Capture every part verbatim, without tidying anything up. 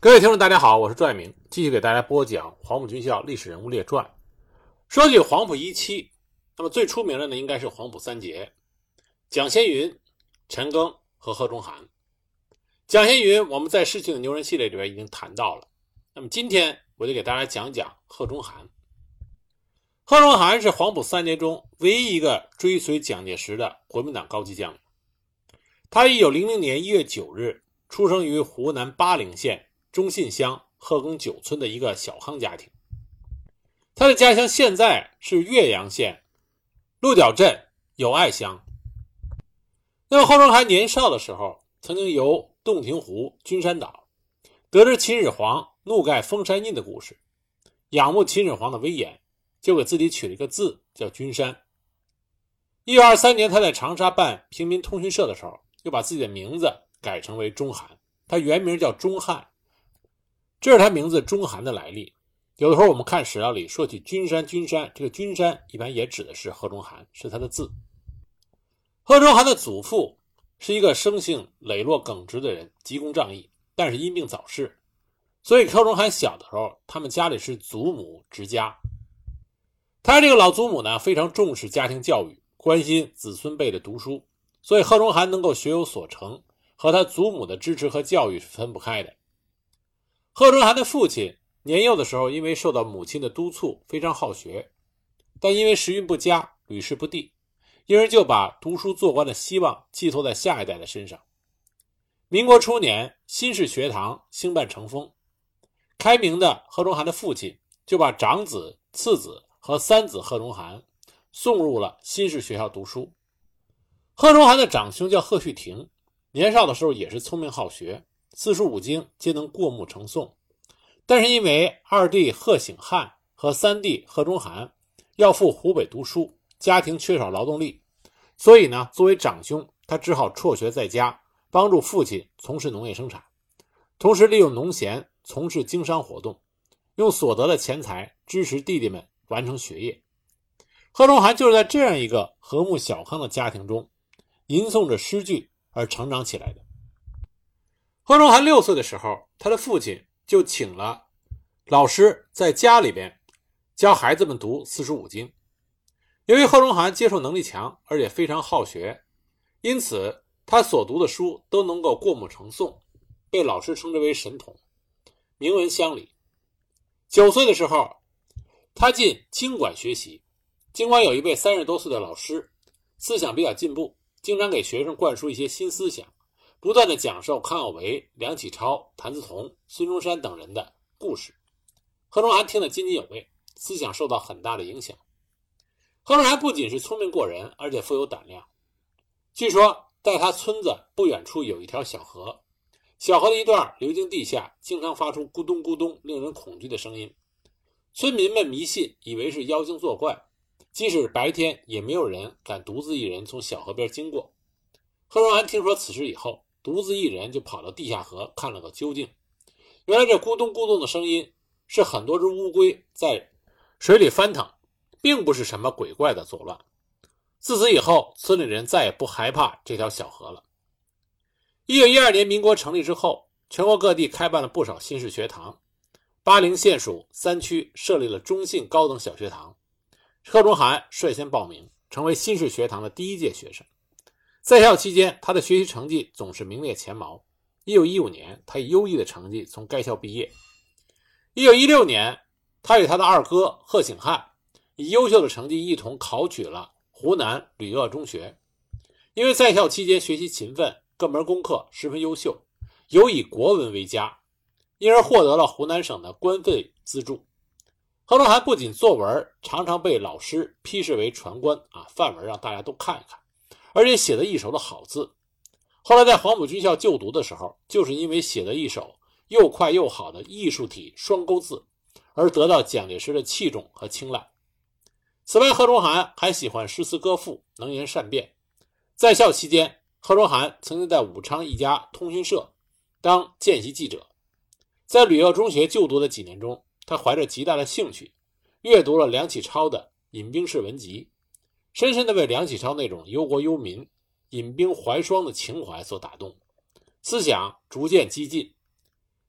各位听众大家好，我是朱爱明，继续给大家播讲黄埔军校历史人物列传。说起黄埔一期，那么最出名的呢应该是黄埔三杰，蒋先云、陈赓和贺中涵。蒋先云我们在逝去的牛人系列里边已经谈到了，那么今天我就给大家讲讲贺中涵。贺中涵是黄埔三杰中唯一一个追随蒋介石的国民党高级将领。他一九零零年一月九日出生于湖南巴陵县中信乡鹤耕九村的一个小康家庭。他的家乡现在是岳阳县鹿角镇友爱乡。那么贺中涵年少的时候，曾经游洞庭湖、君山岛，得知秦始皇怒盖封山印的故事，仰慕秦始皇的威严，就给自己取了一个字叫君山。一九二三年他在长沙办平民通讯社的时候，又把自己的名字改成为中涵，他原名叫钟汉，这是他名字钟涵的来历。有的时候我们看史料里说起君山君山，这个君山一般也指的是贺中涵，是他的字。贺中涵的祖父是一个生性磊落耿直的人，急公仗义，但是因病早逝，所以贺中涵小的时候他们家里是祖母执家。他这个老祖母呢非常重视家庭教育，关心子孙辈的读书，所以贺中涵能够学有所成，和他祖母的支持和教育是分不开的。贺中涵的父亲年幼的时候因为受到母亲的督促非常好学，但因为时运不佳，屡试不第，因而就把读书做官的希望寄托在下一代的身上。民国初年，新式学堂兴办成风，开明的贺中涵的父亲就把长子、次子和三子贺中涵送入了新式学校读书。贺中涵的长兄叫贺旭廷，年少的时候也是聪明好学，四书五经皆能过目成诵，但是因为二弟贺醒汉和三弟贺中涵要赴湖北读书，家庭缺少劳动力，所以呢，作为长兄，他只好辍学在家，帮助父亲从事农业生产，同时利用农闲从事经商活动，用所得的钱财支持弟弟们完成学业。贺中涵就是在这样一个和睦小康的家庭中吟诵着诗句而成长起来的。贺中涵六岁的时候，他的父亲就请了老师在家里边教孩子们读四书五经。由于贺中涵接受能力强，而且非常好学，因此他所读的书都能够过目成诵，被老师称之为神童，名闻乡里。九岁的时候，他进经管学习，经管有一位三十多岁的老师，思想比较进步，经常给学生灌输一些新思想，不断地讲授康有为、梁启超、谭嗣同、孙中山等人的故事。贺中涵听得津津有味，思想受到很大的影响。贺中涵不仅是聪明过人，而且富有胆量。据说在他村子不远处有一条小河，小河的一段流经地下，经常发出咕咚咕咚令人恐惧的声音。村民们迷信，以为是妖精作怪，即使白天也没有人敢独自一人从小河边经过。贺中涵听说此事以后，独自一人就跑到地下河看了个究竟。原来这咕咚咕咚的声音是很多只乌龟在水里翻腾，并不是什么鬼怪的作乱。自此以后，村里人再也不害怕这条小河了。一九一二年民国成立之后，全国各地开办了不少新式学堂。巴陵县属三区设立了中信高等小学堂，贺中涵率先报名，成为新式学堂的第一届学生。在校期间，他的学习成绩总是名列前茅。一九一五年，他以优异的成绩从该校毕业。一九一六年，他与他的二哥贺醒汉以优秀的成绩一同考取了湖南吕鄂中学。因为在校期间学习勤奋，各门功课十分优秀，尤以国文为佳，因而获得了湖南省的官费资助。贺中涵不仅作文常常被老师批示为传官啊，范文让大家都看一看，而且写得一手的好字。后来在黄埔军校就读的时候，就是因为写得一手又快又好的艺术体双钩字，而得到蒋介石的器重和青睐。此外，贺中涵还喜欢诗词歌赋，能言善辩。在校期间，贺中涵曾经在武昌一家通讯社当见习记者。在吕鄂中学就读的几年中，他怀着极大的兴趣，阅读了梁启超的《饮冰室文集》，深深地被梁启超那种忧国忧民、饮冰怀霜的情怀所打动，思想逐渐激进。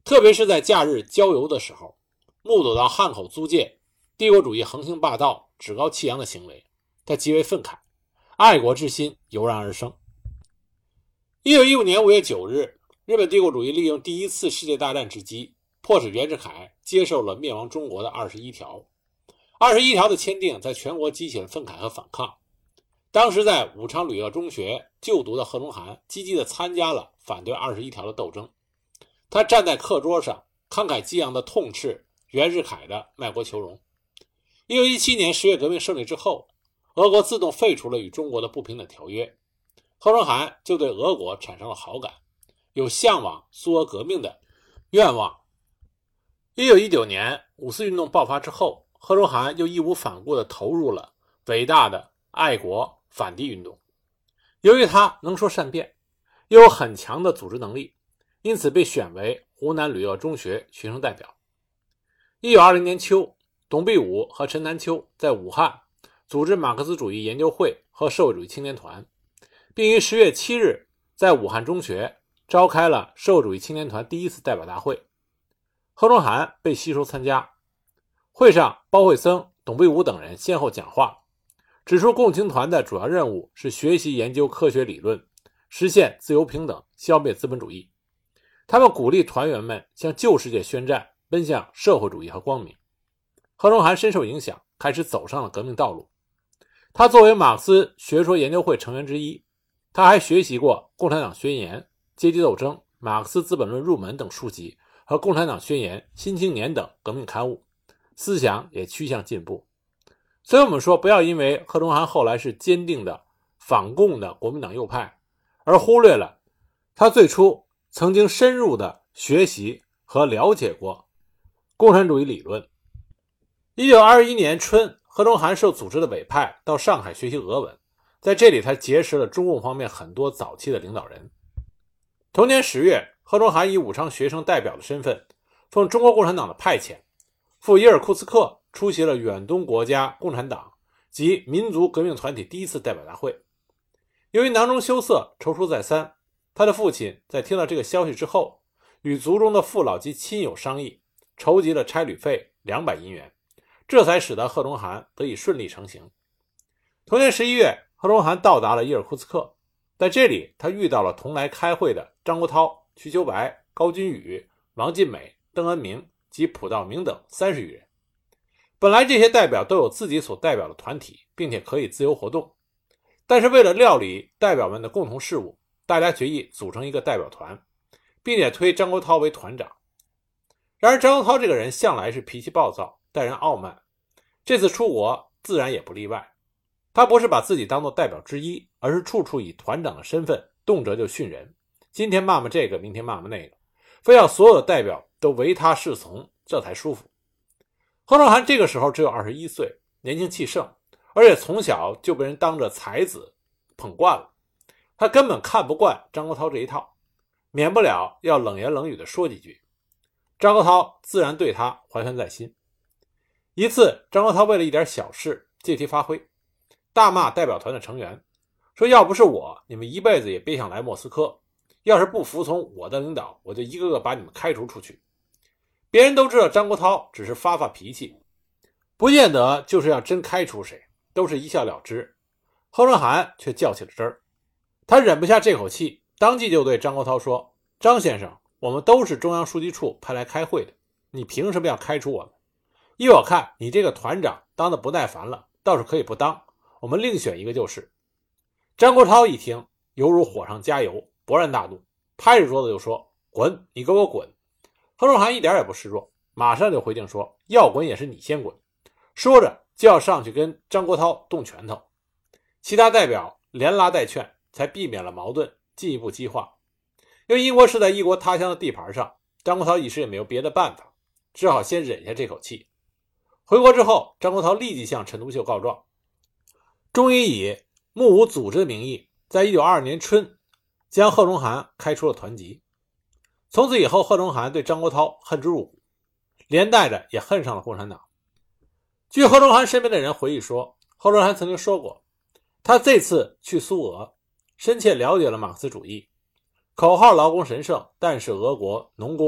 特别是在假日郊游的时候，目睹到汉口租界帝国主义横行霸道、趾高气扬的行为，他极为愤慨，爱国之心油然而生。一九一五年五月九日，日本帝国主义利用第一次世界大战之机，迫使袁世凯接受了灭亡中国的二十一条。二十一条的签订在全国激起了愤慨和反抗。当时在武昌旅鄂中学就读的贺龙涵积极地参加了反对二十一条的斗争。他站在课桌上，慷慨激昂地痛斥袁世凯的卖国求荣。一九一七年十月革命胜利之后，俄国自动废除了与中国的不平等条约，贺龙涵就对俄国产生了好感，有向往苏俄革命的愿望。一九一九年五四运动爆发之后，贺龙涵又义无反顾地投入了伟大的爱国反帝运动。由于他能说善辩，又有很强的组织能力，因此被选为湖南旅鄂中学学生代表。一九二零年秋，董必武和陈南秋在武汉组织马克思主义研究会和社会主义青年团，并于十月七日在武汉中学召开了社会主义青年团第一次代表大会。贺龙涵被吸收参加，会上包惠僧、董必武等人先后讲话，指出共青团的主要任务是学习研究科学理论，实现自由平等，消灭资本主义。他们鼓励团员们向旧世界宣战，奔向社会主义和光明。贺龙涵深受影响，开始走上了革命道路。他作为马克思学说研究会成员之一，他还学习过《共产党宣言》、《阶级斗争》、《马克思资本论入门》等书籍和《共产党宣言》、《新青年》等革命刊物，思想也趋向进步。所以我们说，不要因为贺龙涵后来是坚定的反共的国民党右派，而忽略了他最初曾经深入的学习和了解过共产主义理论。一九二一年春，贺龙涵受组织的委派到上海学习俄文，在这里他结识了中共方面很多早期的领导人。同年十月，贺龙涵以武昌学生代表的身份，奉中国共产党的派遣，赴伊尔库茨克出席了远东国家共产党及民族革命团体第一次代表大会。由于囊中羞涩，踌躇再三，他的父亲在听到这个消息之后，与族中的父老及亲友商议，筹集了差旅费两百银元，这才使得贺龙涵得以顺利成行。同年十一月，贺龙涵到达了伊尔库茨克，在这里他遇到了同来开会的张国焘、瞿秋白、高君宇、王尽美、邓恩铭及蒲道明等三十余人。本来这些代表都有自己所代表的团体，并且可以自由活动，但是为了料理代表们的共同事务，大家决议组成一个代表团，并且推张国焘为团长。然而张国焘这个人向来是脾气暴躁，待人傲慢，这次出国自然也不例外。他不是把自己当作代表之一，而是处处以团长的身份，动辄就训人，今天骂骂这个，明天骂骂那个，非要所有的代表都唯他是从，这才舒服。贺龙涵这个时候只有二十一岁，年轻气盛，而且从小就被人当着才子捧惯了，他根本看不惯张国焘这一套，免不了要冷言冷语地说几句。张国焘自然对他怀恨在心。一次，张国焘为了一点小事借题发挥，大骂代表团的成员，说要不是我，你们一辈子也别想来莫斯科，要是不服从我的领导，我就一个个把你们开除出去。别人都知道张国焘只是发发脾气，不见得就是要真开除谁，都是一笑了之。贺龙涵却较起了真儿，他忍不下这口气，当即就对张国焘说：张先生，我们都是中央书记处派来开会的，你凭什么要开除我们？依我看，你这个团长当得不耐烦了，倒是可以不当，我们另选一个就是。张国焘一听，犹如火上加油，勃然大怒，拍着桌子就说：滚，你给我滚！贺龙涵一点也不示弱，马上就回敬说：要滚也是你先滚。说着就要上去跟张国焘动拳头。其他代表连拉带劝，才避免了矛盾进一步激化。因为英国是在异国他乡的地盘上，张国焘一时也没有别的办法，只好先忍下这口气。回国之后，张国焘立即向陈独秀告状，终于以目无组织的名义，在一九二二年春将贺龙涵开出了团籍。从此以后，贺龙涵对张国焘恨之入骨，连带着也恨上了共产党。据贺龙涵身边的人回忆说，贺龙涵曾经说过，他这次去苏俄，深切了解了马克思主义，口号劳工神圣，但是俄国农工，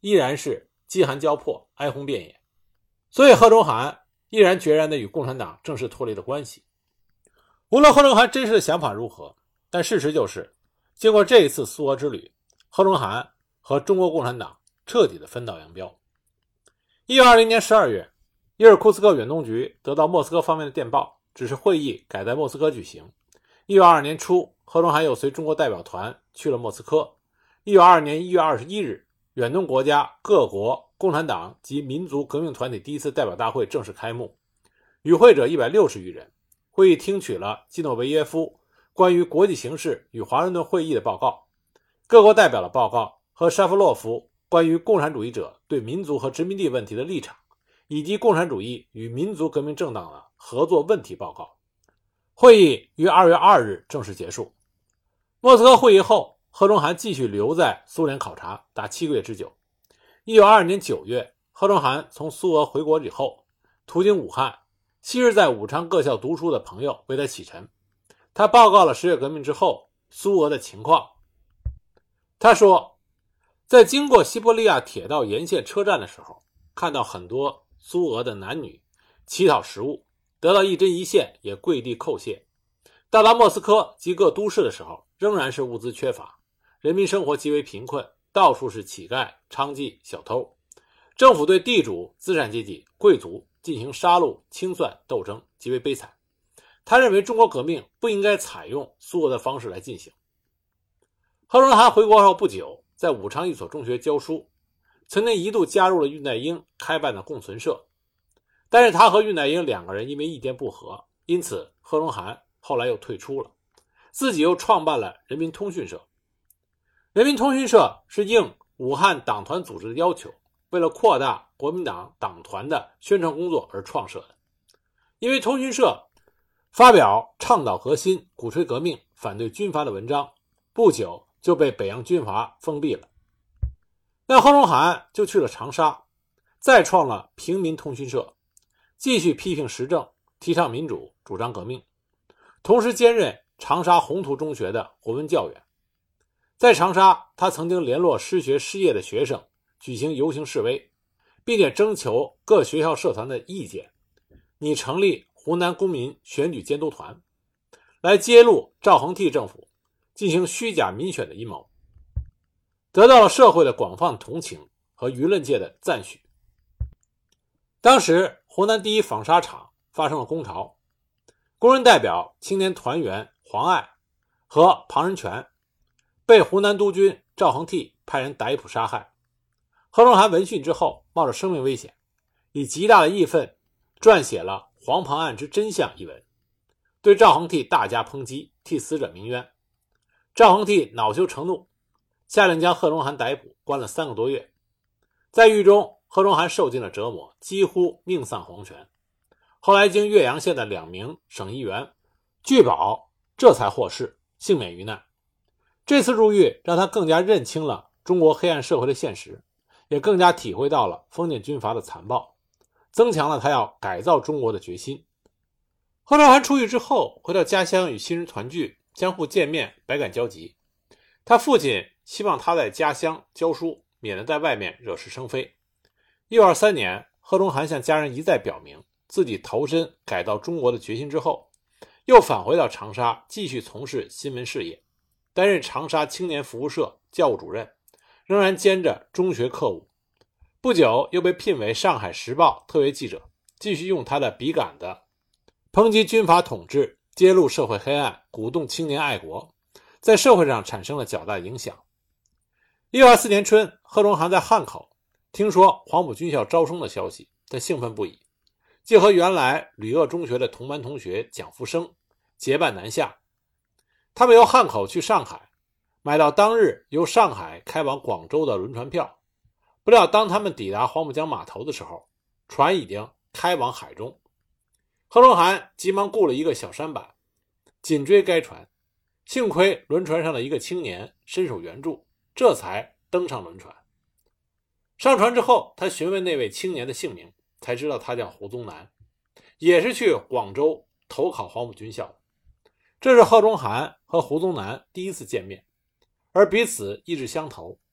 依然是饥寒交迫，哀鸿遍野。所以贺中涵毅然决然地与共产党正式脱离了关系。无论贺中涵真实的想法如何，但事实就是经过这一次苏俄之旅，贺中涵和中国共产党彻底的分道扬镳。一九二零年十二月，伊尔库茨克远东局得到莫斯科方面的电报，指示会议改在莫斯科举行。一九二二年初，贺中涵又随中国代表团去了莫斯科。一九二二年一月二十一日，远东国家各国共产党及民族革命团体第一次代表大会正式开幕，与会者一百六十余人。会议听取了基诺维耶夫关于国际形势与华盛顿会议的报告、各国代表的报告和沙夫洛夫关于共产主义者对民族和殖民地问题的立场，以及共产主义与民族革命政党的合作问题报告。会议于二月二日正式结束。莫斯科会议后，贺中涵继续留在苏联考察，达七个月之久。一九二二年九月，贺中涵从苏俄回国以后，途经武汉，昔日在武昌各校读书的朋友为他启程。他报告了十月革命之后苏俄的情况。他说，在经过西伯利亚铁道沿线车站的时候，看到很多苏俄的男女乞讨食物，得到一针一线也跪地叩谢。到达莫斯科及各都市的时候，仍然是物资缺乏，人民生活极为贫困，到处是乞丐、娼妓、小偷。政府对地主、资产阶级、贵族进行杀戮、清算斗争，极为悲惨。他认为中国革命不应该采用苏俄的方式来进行。贺中涵回国后不久，在武昌一所中学教书，曾经一度加入了恽代英开办的共存社，但是他和恽代英两个人因为意见不合，因此贺中涵后来又退出了，自己又创办了人民通讯社。人民通讯社是应武汉党团组织的要求，为了扩大国民党党团的宣传工作而创设的。因为通讯社发表倡导革新、鼓吹革命、反对军阀的文章，不久就被北洋军阀封闭了。那贺中涵就去了长沙，再创了平民通讯社，继续批评时政，提倡民主，主张革命，同时兼任长沙宏图中学的国文教员。在长沙，他曾经联络失学失业的学生举行游行示威，并且征求各学校社团的意见，拟成立湖南公民选举监督团，来揭露赵恒惕政府进行虚假民选的阴谋，得到了社会的广泛同情和舆论界的赞许。当时湖南第一纺纱厂发生了工潮，工人代表青年团员黄爱和庞仁全被湖南督军赵恒惕派人逮捕杀害。贺中涵闻讯之后，冒着生命危险，以极大的义愤撰写了《黄庞案之真相》一文，对赵恒惕大加抨击，替死者鸣冤。赵恒惕恼羞成怒，下令将贺中涵逮捕，关了三个多月。在狱中，贺中涵受尽了折磨，几乎命丧黄泉。后来经岳阳县的两名省议员拒保，这才获释，幸免于难。这次入狱让他更加认清了中国黑暗社会的现实，也更加体会到了封建军阀的残暴，增强了他要改造中国的决心。贺中涵出狱之后，回到家乡与亲人团聚，相互见面，百感交集。他父亲希望他在家乡教书，免得在外面惹是生非。一九二三年，贺中涵向家人一再表明自己投身改造中国的决心之后，又返回到长沙，继续从事新闻事业，担任长沙青年服务社教务主任，仍然兼着中学课务。不久又被聘为上海时报特约记者，继续用他的笔杆子抨击军阀统治，揭露社会黑暗，鼓动青年爱国，在社会上产生了较大的影响。一九二四年春，贺中涵在汉口听说黄埔军校招生的消息，他兴奋不已，就和原来旅鄂中学的同班同学蒋福生结伴南下。他们由汉口去上海，买到当日由上海开往广州的轮船票。不料当他们抵达黄浦江码头的时候，船已经开往海中。贺中涵急忙雇了一个小舢板，紧追该船，幸亏轮船上的一个青年伸手援助，这才登上轮船。上船之后，他询问那位青年的姓名，才知道他叫胡宗南，也是去广州投考黄埔军校。这是贺中涵和胡宗南第一次见面，而彼此意志相投，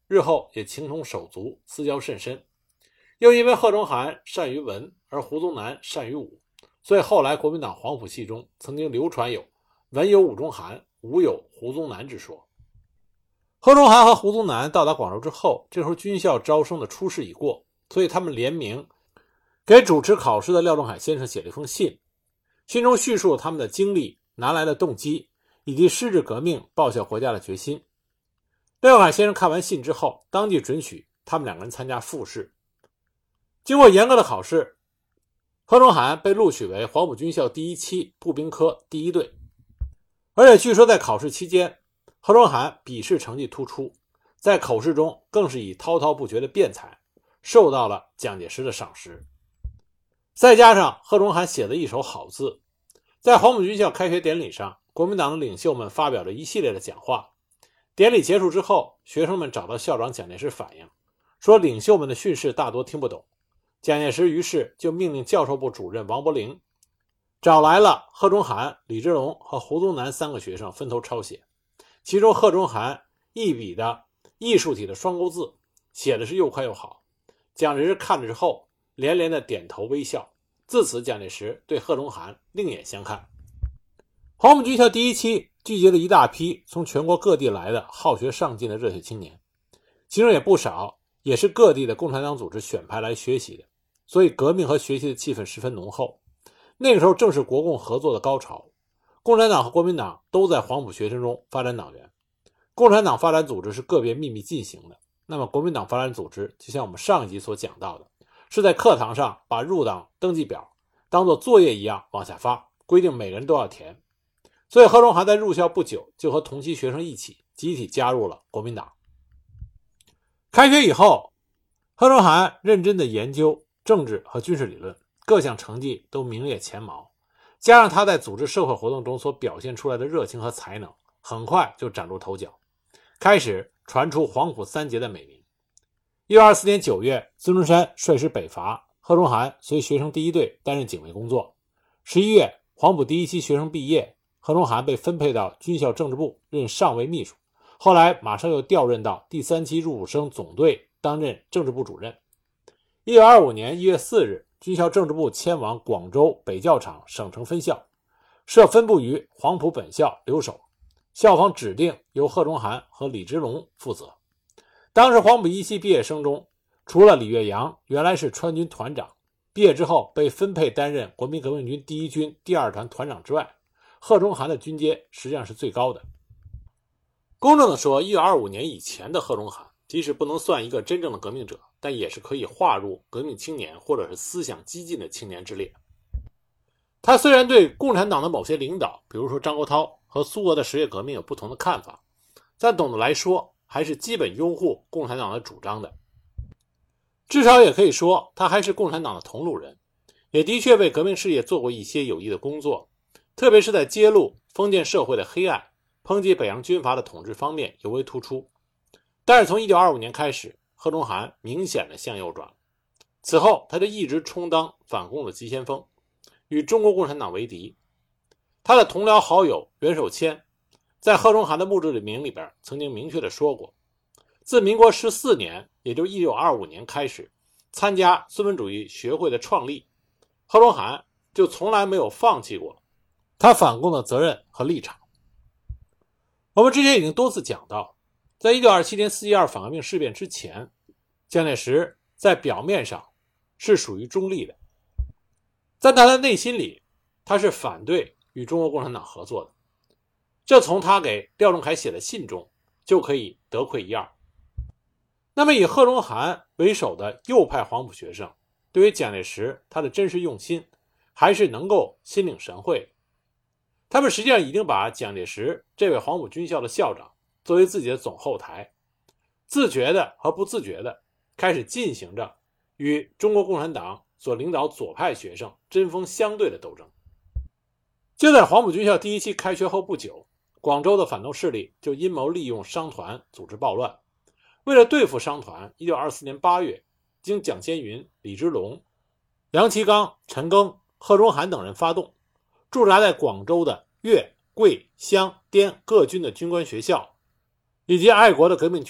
日后也情同手足，私交甚深。又因为贺中涵善于文，而胡宗南善于武，所以后来国民党黄埔系中曾经流传有文有武中涵，武有胡宗南之说。贺中涵和胡宗南到达广州之后，这时候军校招生的初试已过，所以他们联名给主持考试的廖仲恺先生写了一封信，信中叙述他们的经历、拿来的动机，以及矢志革命、报效国家的决心。廖仲恺先生看完信之后，当即准许他们两个人参加复试。经过严格的考试，贺中涵被录取为黄埔军校第一期步兵科第一队。而且据说在考试期间，贺中涵笔试成绩突出，在口试中更是以滔滔不绝的辩才受到了蒋介石的赏识。再加上贺中涵写的一手好字，在黄埔军校开学典礼上，国民党的领袖们发表了一系列的讲话。典礼结束之后，学生们找到校长蒋介石反映，说领袖们的训示大多听不懂。蒋介石于是就命令教授部主任王伯龄找来了贺中涵、李之龙和胡宗南三个学生分头抄写。其中贺中涵一笔的艺术体的双钩字写的是又快又好，蒋介石看了之后连连的点头微笑。自此蒋介石对贺中涵另眼相看。黄埔军校第一期聚集了一大批从全国各地来的好学上进的热血青年，其中也不少也是各地的共产党组织选派来学习的，所以革命和学习的气氛十分浓厚。那个时候正是国共合作的高潮，共产党和国民党都在黄埔学生中发展党员。共产党发展组织是个别秘密进行的，那么国民党发展组织就像我们上一集所讲到的，是在课堂上把入党登记表当作作业一样往下发，规定每个人都要填。所以贺中涵在入校不久就和同期学生一起集体加入了国民党。开学以后，贺中涵认真的研究政治和军事理论，各项成绩都名列前茅，加上他在组织社会活动中所表现出来的热情和才能，很快就崭露头角，开始传出黄埔三杰的美名。一九二四年九月，孙中山率师北伐，贺中涵随学生第一队担任警卫工作。十一月，黄埔第一期学生毕业，贺中涵被分配到军校政治部任上尉秘书，后来马上又调任到第三期入伍生总队担任政治部主任。一九二五年一月四日，军校政治部迁往广州北教场省城分校，设分部于黄埔本校留守，校方指定由贺中涵和李之龙负责。当时黄埔一期毕业生中，除了李岳阳原来是川军团长，毕业之后被分配担任国民革命军第一军第二团团长之外，贺中涵的军阶实际上是最高的。公正的说，一九二五年以前的贺中涵即使不能算一个真正的革命者，但也是可以划入革命青年或者是思想激进的青年之列。他虽然对共产党的某些领导，比如说张国焘和苏俄的十月革命有不同的看法，但总的来说还是基本拥护共产党的主张的。至少也可以说他还是共产党的同路人，也的确为革命事业做过一些有益的工作，特别是在揭露封建社会的黑暗、抨击北洋军阀的统治方面尤为突出。但是从一九二五年开始，贺中涵明显的向右转，此后他就一直充当反共的急先锋，与中国共产党为敌。他的同僚好友袁守谦在贺中涵的墓志铭里边曾经明确的说过，自民国十四年，也就是一九二五年开始参加孙文主义学会的创立，贺中涵就从来没有放弃过他反共的责任和立场。我们之前已经多次讲到，在一九二七年四一二反革命事变之前，蒋介石在表面上是属于中立的，在他的内心里他是反对与中国共产党合作的，这从他给廖仲恺写的信中就可以得窥一二。那么以贺中涵为首的右派黄埔学生对于蒋介石他的真实用心还是能够心领神会，他们实际上已经把蒋介石这位黄埔军校的校长作为自己的总后台，自觉的和不自觉的开始进行着与中国共产党所领导左派学生针锋相对的斗争。就在黄埔军校第一期开学后不久，广州的反动势力就阴谋利用商团组织暴乱。为了对付商团，一九二四年八月，经蒋先云、李之龙、杨其刚、陈赓、贺中涵等人发动，驻扎在广州的粤、桂、湘、滇各军的军官学校以及爱国的革命军人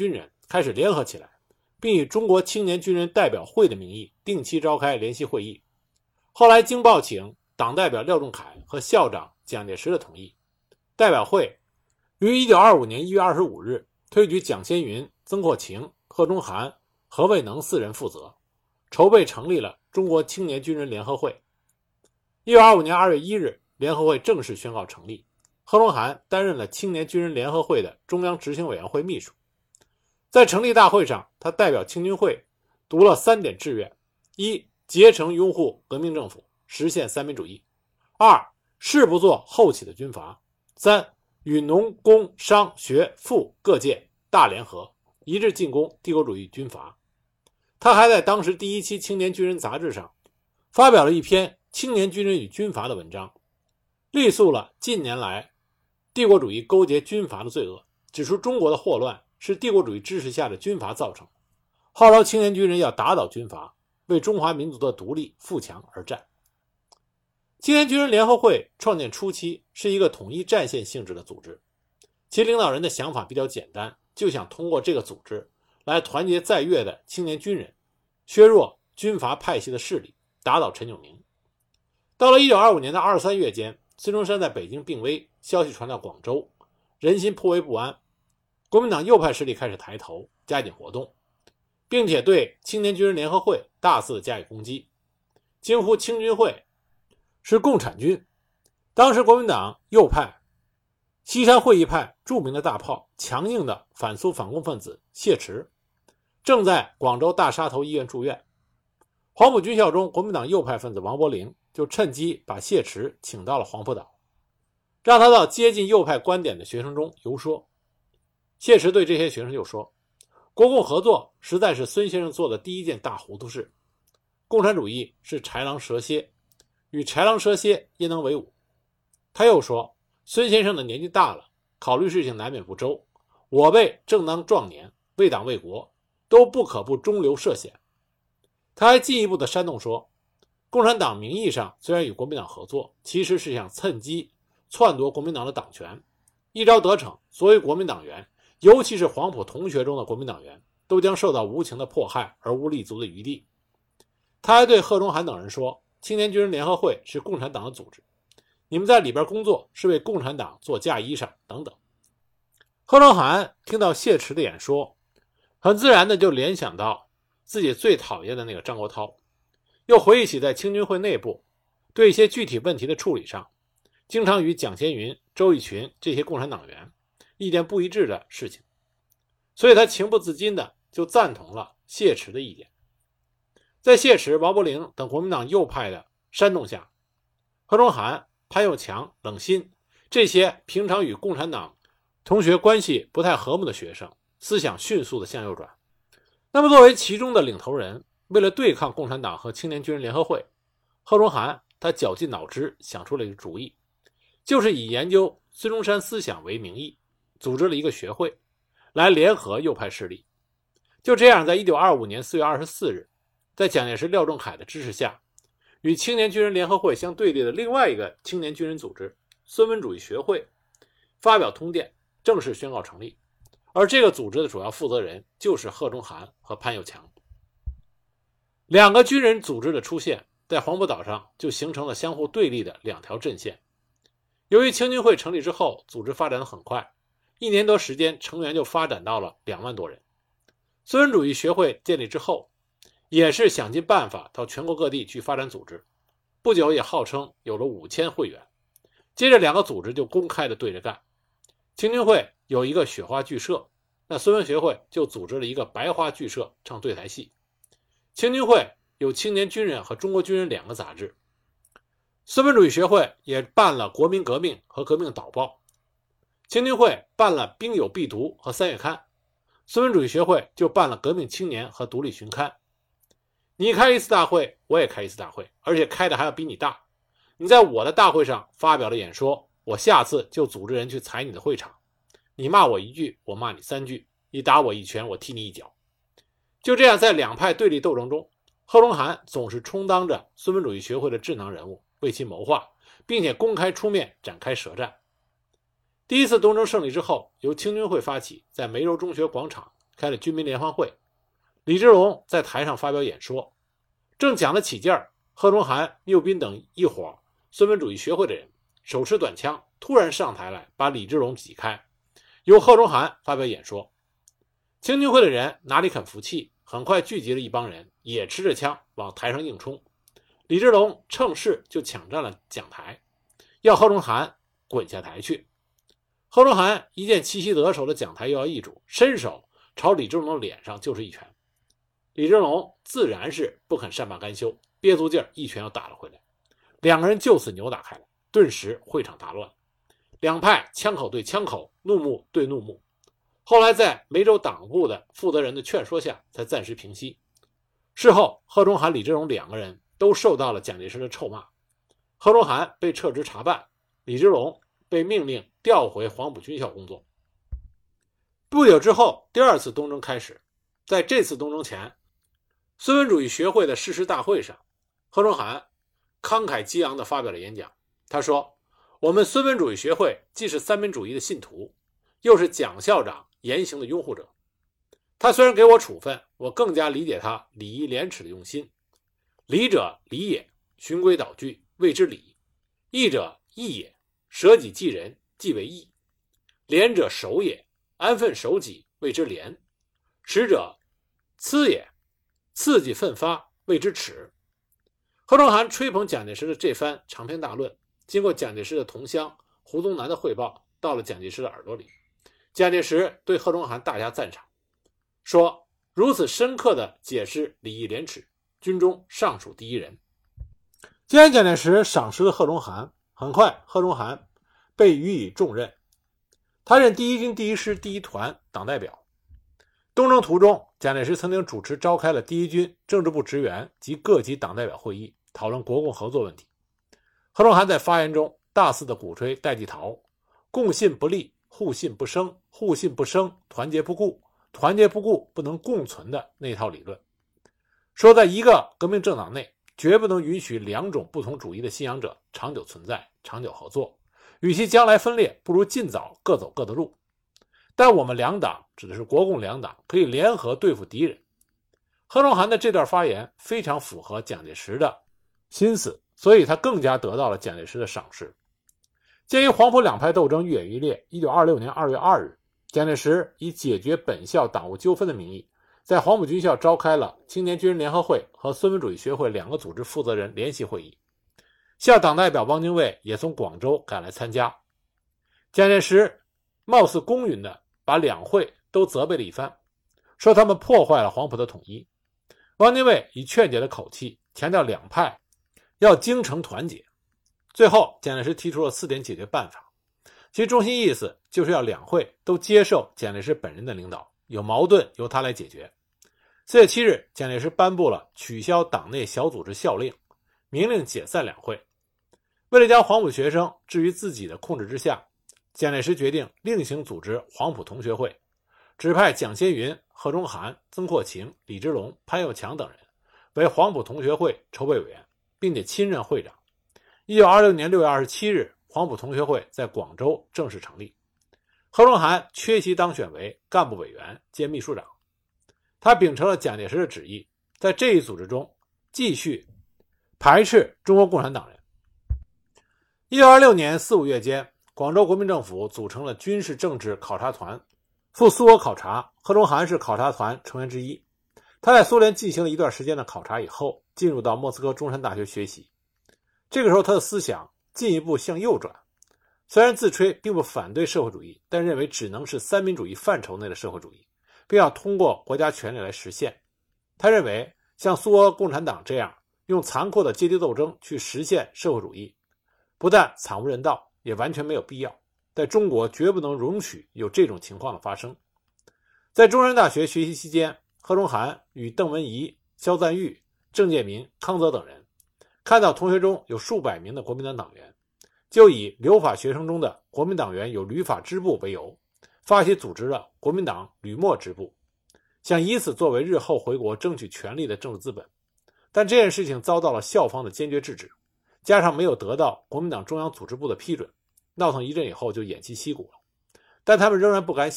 开始联合起来，并以中国青年军人代表会的名义定期召开联席会议。后来经报请党代表廖仲恺和校长蒋介石的同意，代表会于一九二五年一月二十五日推举蒋先云、曾国情、贺中涵、何卫能四人负责，筹备成立了中国青年军人联合会。一九二五年二月一日，联合会正式宣告成立。贺中涵担任了青年军人联合会的中央执行委员会秘书。在成立大会上，他代表青军会读了三点志愿：一、竭诚拥护革命政府，实现三民主义；二、誓不做后起的军阀；三、与农工商学妇各界大联合，一致进攻帝国主义军阀。他还在当时第一期青年军人杂志上发表了一篇《青年军人与军阀》的文章，历诉了近年来帝国主义勾结军阀的罪恶，指出中国的祸乱是帝国主义支持下的军阀造成，号召青年军人要打倒军阀，为中华民族的独立富强而战。青年军人联合会创建初期是一个统一战线性质的组织，其领导人的想法比较简单，就想通过这个组织来团结在粤的青年军人，削弱军阀派系的势力，打倒陈炯明。到了一九二五年的二三月间，孙中山在北京病危，消息传到广州，人心颇为不安。国民党右派势力开始抬头，加紧活动，并且对青年军人联合会大肆加以攻击，惊呼青军会是共产军。当时国民党右派西山会议派著名的大炮、强硬的反苏反共分子谢池正在广州大沙头医院住院。黄埔军校中国民党右派分子王伯龄就趁机把谢池请到了黄埔岛，让他到接近右派观点的学生中游说。谢池对这些学生就说，国共合作实在是孙先生做的第一件大糊涂事，共产主义是豺狼蛇蝎，与豺狼蛇蝎焉能为伍。他又说，孙先生的年纪大了，考虑事情难免不周，我辈正当壮年，为党为国，都不可不中流涉险。他还进一步的煽动说，共产党名义上虽然与国民党合作，其实是想趁机篡夺国民党的党权，一朝得逞，所有国民党员，尤其是黄埔同学中的国民党员，都将受到无情的迫害而无立足的余地。他还对贺中涵等人说，青年军人联合会是共产党的组织，你们在里边工作是为共产党做嫁衣裳等等。贺中涵听到谢池的演说，很自然的就联想到自己最讨厌的那个张国焘，又回忆起在青军会内部对一些具体问题的处理上，经常与蒋先云、周逸群这些共产党员意见不一致的事情，所以他情不自禁的就赞同了谢池的意见。在谢池、王伯龄等国民党右派的煽动下，贺中涵、潘又强、冷心这些平常与共产党同学关系不太和睦的学生，思想迅速的向右转。那么作为其中的领头人，为了对抗共产党和青年军人联合会，贺中涵他绞尽脑汁想出了一个主意，就是以研究孙中山思想为名义，组织了一个学会，来联合右派势力。就这样，在一九二五年四月二十四日，在蒋介石、廖仲恺的支持下，与青年军人联合会相对立的另外一个青年军人组织孙文主义学会发表通电，正式宣告成立。而这个组织的主要负责人就是贺中涵和潘又强。两个军人组织的出现，在黄埔岛上就形成了相互对立的两条阵线。由于青军会成立之后，组织发展得很快，一年多时间，成员就发展到了两万多人。孙文主义学会建立之后，也是想尽办法到全国各地去发展组织，不久也号称有了五千会员。接着两个组织就公开的对着干。青军会有一个雪花剧社，那孙文学会就组织了一个白花剧社唱对台戏。青军会有青年军人和中国军人两个杂志，孙文主义学会也办了国民革命和革命导报，青军会办了兵有必读和三月刊，孙文主义学会就办了革命青年和独立巡刊。你开一次大会，我也开一次大会，而且开的还要比你大。你在我的大会上发表了演说，我下次就组织人去踩你的会场，你骂我一句，我骂你三句，你打我一拳，我踢你一脚。就这样，在两派对立斗争中，贺中涵总是充当着孙文主义学会的智囊人物，为其谋划，并且公开出面展开舌战。第一次东征胜利之后，由青军会发起，在梅州中学广场开了军民联欢会，李之龙在台上发表演说，正讲得起劲儿，贺中涵、缪斌等一伙孙文主义学会的人手持短枪，突然上台来把李之龙挤开，由贺中涵发表演说。青军会的人哪里肯服气，很快聚集了一帮人，也持着枪往台上硬冲。李之龙趁势就抢占了讲台，要贺中涵滚下台去。贺中涵一见奇袭得手的讲台又要易主，伸手朝李之龙的脸上就是一拳。李之龙自然是不肯善罢甘休，憋足劲儿一拳又打了回来，两个人就此扭打开来，顿时会场大乱，两派枪口对枪口，怒目对怒目。后来在梅州党部的负责人的劝说下才暂时平息。事后贺中涵、李之龙两个人都受到了蒋介石的臭骂，贺中涵被撤职查办，李之龙被命令调回黄埔军校工作。不久之后，第二次东征开始。在这次东征前，孙文主义学会的誓师大会上，贺中涵慷慨激昂地发表了演讲。他说，我们孙文主义学会既是三民主义的信徒，又是蒋校长言行的拥护者。他虽然给我处分，我更加理解他礼义廉耻的用心。礼者礼也，循规蹈矩，谓之礼；义者义也，舍己济人，即为义；廉者守也，安分守己，谓之廉；耻者疵也，刺激奋发，谓之耻。贺中涵吹捧蒋介石的这番长篇大论，经过蒋介石的同乡胡宗南的汇报，到了蒋介石的耳朵里。蒋介石对贺中涵大加赞赏，说如此深刻地解释礼义廉耻，军中尚属第一人。既然蒋介石赏识了贺中涵，很快贺中涵被予以重任，他任第一军第一师第一团党代表。东征途中，蒋介石曾经主持召开了第一军政治部职员及各级党代表会议，讨论国共合作问题。贺中涵在发言中大肆地鼓吹戴季陶共信不立，互信不生，互信不生，团结不固，团结不固不能共存的那套理论，说在一个革命政党内绝不能允许两种不同主义的信仰者长久存在，长久合作，与其将来分裂，不如尽早各走各的路。但我们两党，指的是国共两党，可以联合对付敌人。贺中涵的这段发言非常符合蒋介石的心思，所以他更加得到了蒋介石的赏识。鉴于黄埔两派斗争愈演愈烈，一九二六年二月二日，蒋介石以解决本校党务纠纷的名义，在黄埔军校召开了青年军人联合会和孙文主义学会两个组织负责人联席会议。校党代表汪精卫也从广州赶来参加。蒋介石貌似公允地把两会都责备了一番，说他们破坏了黄埔的统一。汪精卫以劝解的口气强调两派要精诚团结。最后蒋介石提出了四点解决办法，其中心意思就是要两会都接受蒋介石本人的领导，有矛盾由他来解决。四月七日，蒋介石颁布了取消党内小组织校令，明令解散两会。为了将黄埔学生置于自己的控制之下，蒋介石决定另行组织黄埔同学会，指派蒋先云、贺中涵、曾扩情、李之龙、潘佑强等人为黄埔同学会筹备委员，并且亲任会长。一九二六年六月二十七日，黄埔同学会在广州正式成立。贺中涵缺席当选为干部委员兼秘书长。他秉承了蒋介石的旨意，在这一组织中继续排斥中国共产党人。一九二六年四五月间，广州国民政府组成了军事政治考察团，赴苏俄考察，贺中涵是考察团成员之一。他在苏联进行了一段时间的考察以后，进入到莫斯科中山大学学习。这个时候他的思想进一步向右转，虽然自吹并不反对社会主义，但认为只能是三民主义范畴内的社会主义，并要通过国家权力来实现。他认为像苏俄共产党这样用残酷的阶级斗争去实现社会主义，不但惨无人道，也完全没有必要，在中国绝不能容许有这种情况的发生。在中山大学学习期间，贺中涵与邓文仪、肖赞玉、郑介民、康泽等人看到同学中有数百名的国民党党员，就以留法学生中的国民党员有旅法支部为由，发起组织了国民党旅莫支部，想以此作为日后回国争取权力的政治资本。但这件事情遭到了校方的坚决制止，加上没有得到国民党中央组织部的批准，闹腾一阵以后就偃旗息鼓了。但他们仍然不甘心，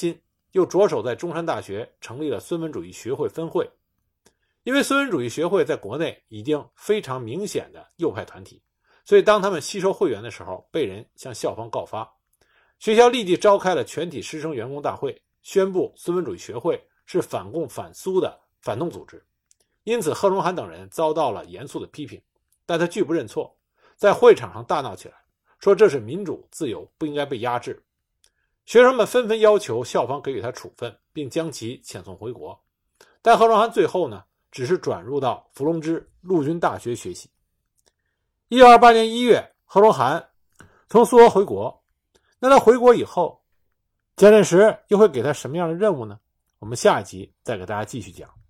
又着手在中山大学成立了孙文主义学会分会。因为孙文主义学会在国内已经非常明显的右派团体，所以当他们吸收会员的时候，被人向校方告发。学校立即召开了全体师生员工大会，宣布孙文主义学会是反共反苏的反动组织。因此贺龙涵等人遭到了严肃的批评，但他拒不认错，在会场上大闹起来，说这是民主自由，不应该被压制。学生们纷纷要求校方给予他处分，并将其遣送回国。但贺龙涵最后呢，只是转入到伏龙芝陆军大学学习。一九二八年一月，贺龙涵从苏俄回国。那他回国以后，蒋介石又会给他什么样的任务呢？我们下一集再给大家继续讲。